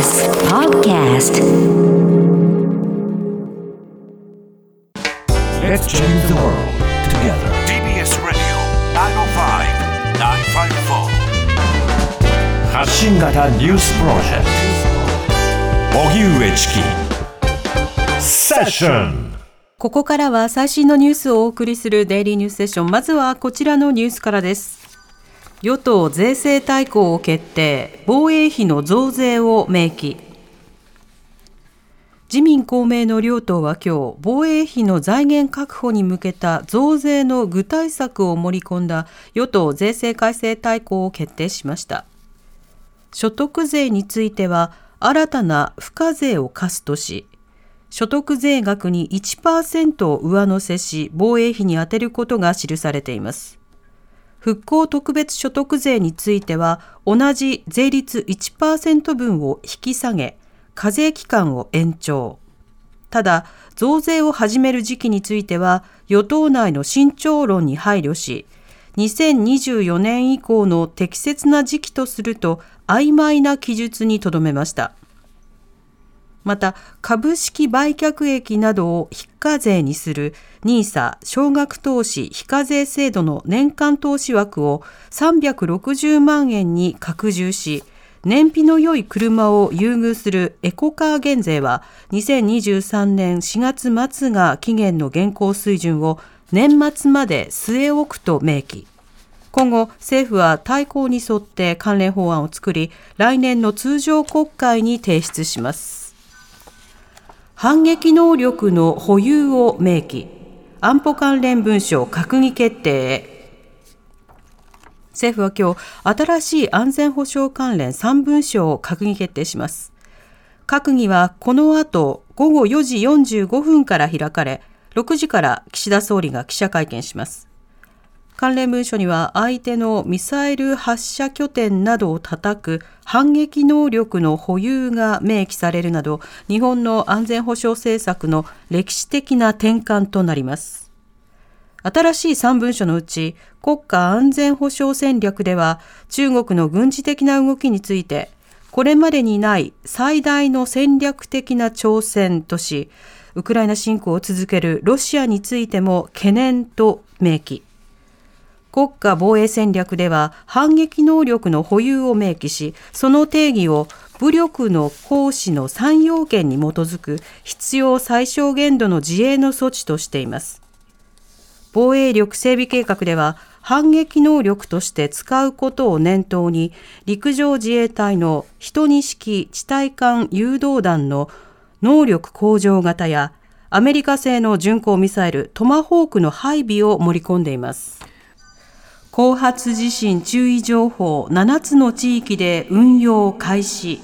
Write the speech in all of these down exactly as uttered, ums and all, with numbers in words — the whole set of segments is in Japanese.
ビーエス Podcast Let's change the world together ティービーエス Radio きゅうまるご きゅうごよん発信型ニュースプロジェクト荻上チキセッション。 ここからは最新のニュースをお送りするデイリーニュースセッション。まずはこちらのニュースからです。与党税制大綱を決定、防衛費の増税を明記。自民公明の両党は今日、防衛費の財源確保に向けた増税の具体策を盛り込んだ与党税制改正大綱を決定しました。所得税については新たな付加税を課すとし、所得税額に いちパーセント を上乗せし防衛費に充てることが記されています。復興特別所得税については同じ税率 いちパーセント 分を引き下げ、課税期間を延長。ただ、増税を始める時期については与党内の慎重論に配慮し、にせんにじゅうよねん以降の適切な時期とすると曖昧な記述にとどめました。また、株式売却益などを非課税にする ニーサ 少額投資非課税制度の年間投資枠をさんびゃくろくじゅうまんえんに拡充し、燃費の良い車を優遇するエコカー減税はにせんにじゅうさんねんしがつ末が期限の現行水準を年末まで据え置くと明記。今後、政府は大綱に沿って関連法案を作り、来年の通常国会に提出します。反撃能力の保有を明記。安保関連文書閣議決定へ。政府は今日、新しい安全保障関連さん文書を閣議決定します。閣議はこの後ごごよじよんじゅうごふんから開かれ、ろくじから岸田総理が記者会見します。関連文書には相手のミサイル発射拠点などを叩く反撃能力の保有が明記されるなど、日本の安全保障政策の歴史的な転換となります。新しいさん文書のうち、国家安全保障戦略では中国の軍事的な動きについて、これまでにない最大の戦略的な挑戦とし、ウクライナ侵攻を続けるロシアについても懸念と明記。国家防衛戦略では反撃能力の保有を明記し、その定義を武力の行使のさん要件に基づく必要最小限度の自衛の措置としています。防衛力整備計画では反撃能力として使うことを念頭に、陸上自衛隊のひとに式地対艦誘導弾の能力向上型やアメリカ製の巡航ミサイルトマホークの配備を盛り込んでいます。後発地震注意情報ななつの地域で運用開始。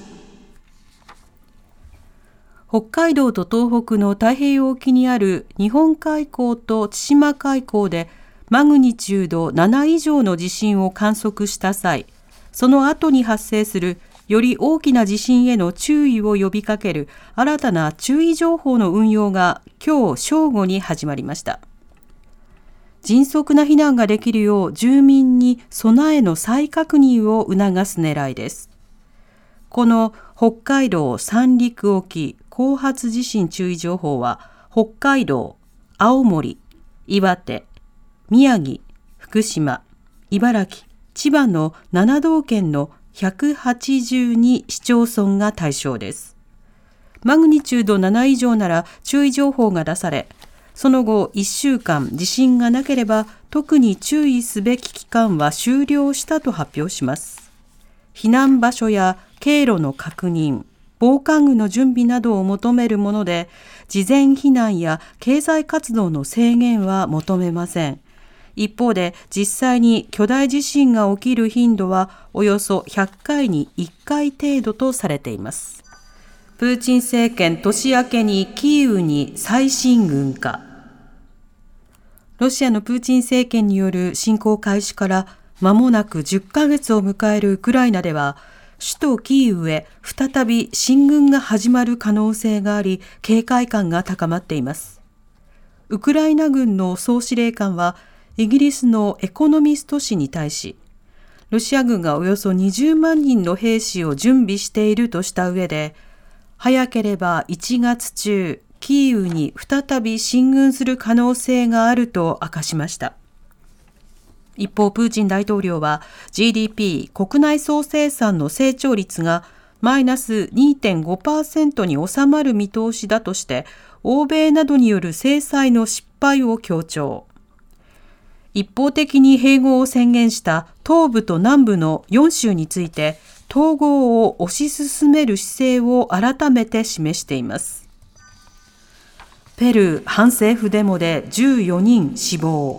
北海道と東北の太平洋沖にある日本海溝と千島海溝でマグニチュードなな以上の地震を観測した際、その後に発生するより大きな地震への注意を呼びかける新たな注意情報の運用が今日正午に始まりました。迅速な避難ができるよう住民に備えの再確認を促す狙いです。この北海道三陸沖後発地震注意情報は北海道、青森、岩手、宮城、福島、茨城、千葉のなな道県のひゃくはちじゅうに市町村が対象です。マグニチュードなな以上なら注意情報が出され、その後いっしゅうかん地震がなければ特に注意すべき期間は終了したと発表します。避難場所や経路の確認、防寒具の準備などを求めるもので、事前避難や経済活動の制限は求めません。一方で実際に巨大地震が起きる頻度はおよそひゃっかいにいっかい程度とされています。プーチン政権年明けにキーウに最新軍か。ロシアのプーチン政権による侵攻開始から間もなくじゅっかげつを迎えるウクライナでは、首都キーウへ再び進軍が始まる可能性があり、警戒感が高まっています。ウクライナ軍の総司令官はイギリスのエコノミスト紙に対し、 ロシア軍がおよそにじゅうまんにんの兵士を準備しているとした上で、早ければいちがつ中、キーウに再び進軍する可能性があると明かしました。一方、プーチン大統領は ジーディーピー 国内総生産の成長率がマイナス にてんごパーセント に収まる見通しだとして、欧米などによる制裁の失敗を強調。一方的に併合を宣言した東部と南部のよん州について、統合を推し進める姿勢を改めて示しています。ペルー反政府デモでじゅうよにん死亡。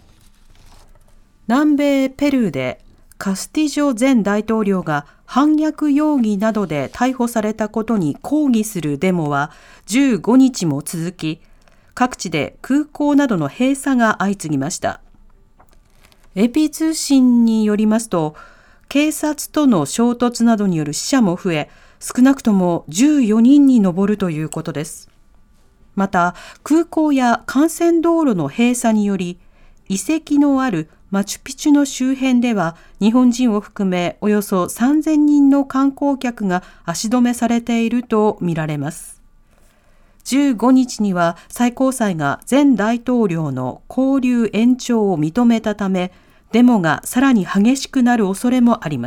南米ペルーでカスティジョ前大統領が反逆容疑などで逮捕されたことに抗議するデモはじゅうごにちも続き、各地で空港などの閉鎖が相次ぎました。エーピー 通信によりますと、警察との衝突などによる死者も増え、少なくともじゅうよにんに上るということです。また、空港や幹線道路の閉鎖により、遺跡のあるマチュピチュの周辺では、日本人を含めおよそさんぜんにんの観光客が足止めされているとみられます。じゅうごにちには最高裁が前大統領の勾留延長を認めたため、デモがさらに激しくなる恐れもあります。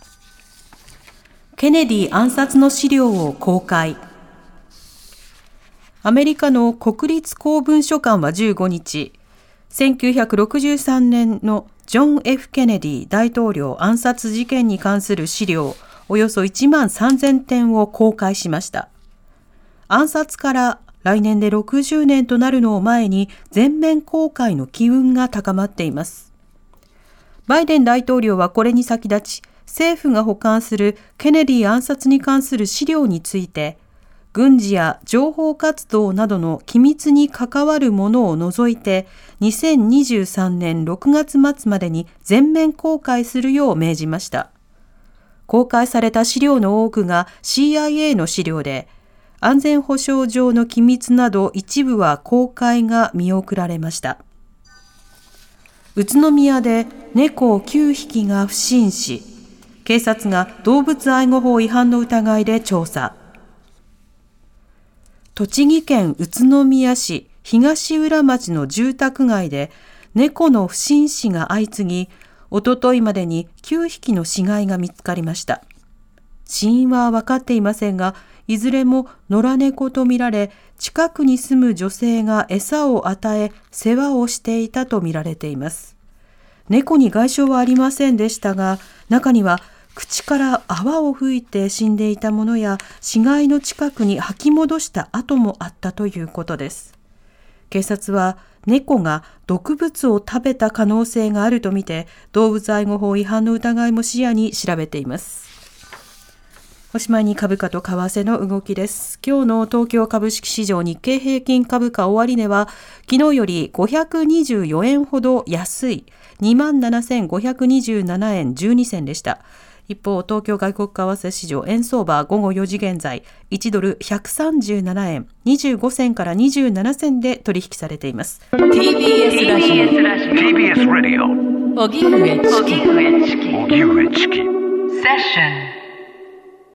ケネディ暗殺の資料を公開。アメリカの国立公文書館はじゅうごにち、せんきゅうひゃくろくじゅうさんねんのジョン・ F ・ケネディ大統領暗殺事件に関する資料およそいちまんさんぜんてんを公開しました。暗殺から来年でろくじゅうねんとなるのを前に全面公開の機運が高まっています。バイデン大統領はこれに先立ち、政府が保管するケネディ暗殺に関する資料について、軍事や情報活動などの機密に関わるものを除いて、にせんにじゅうさんねんろくがつまつまでに全面公開するよう命じました。公開された資料の多くが シーアイエー の資料で、安全保障上の機密など一部は公開が見送られました。宇都宮で猫きゅうひきが不審死、警察が動物愛護法違反の疑いで調査。栃木県宇都宮市東浦町の住宅街で猫の不審死が相次ぎ、おとといまでにきゅうひきの死骸が見つかりました。死因は分かっていませんが、いずれも野良猫とみられ、近くに住む女性が餌を与え、世話をしていたとみられています。猫に外傷はありませんでしたが、中には口から泡を吹いて死んでいたものや、死骸の近くに吐き戻した跡もあったということです。警察は猫が毒物を食べた可能性があるとみて、動物愛護法違反の疑いも視野に調べています。おしまいに株価と為替の動きです。今日の東京株式市場日経平均株価終値は昨日よりごひゃくにじゅうよえんほど安い にまんななせんごひゃくにじゅうななえんじゅうにせんでした。一方、東京外国為替市場円相場午後よじ現在いちドルひゃくさんじゅうななえんにじゅうごせんからにじゅうななせんで取引されています。 ティービーエス ラジオティービーエス ラジオ荻上チキ荻上チキ荻上チキセッション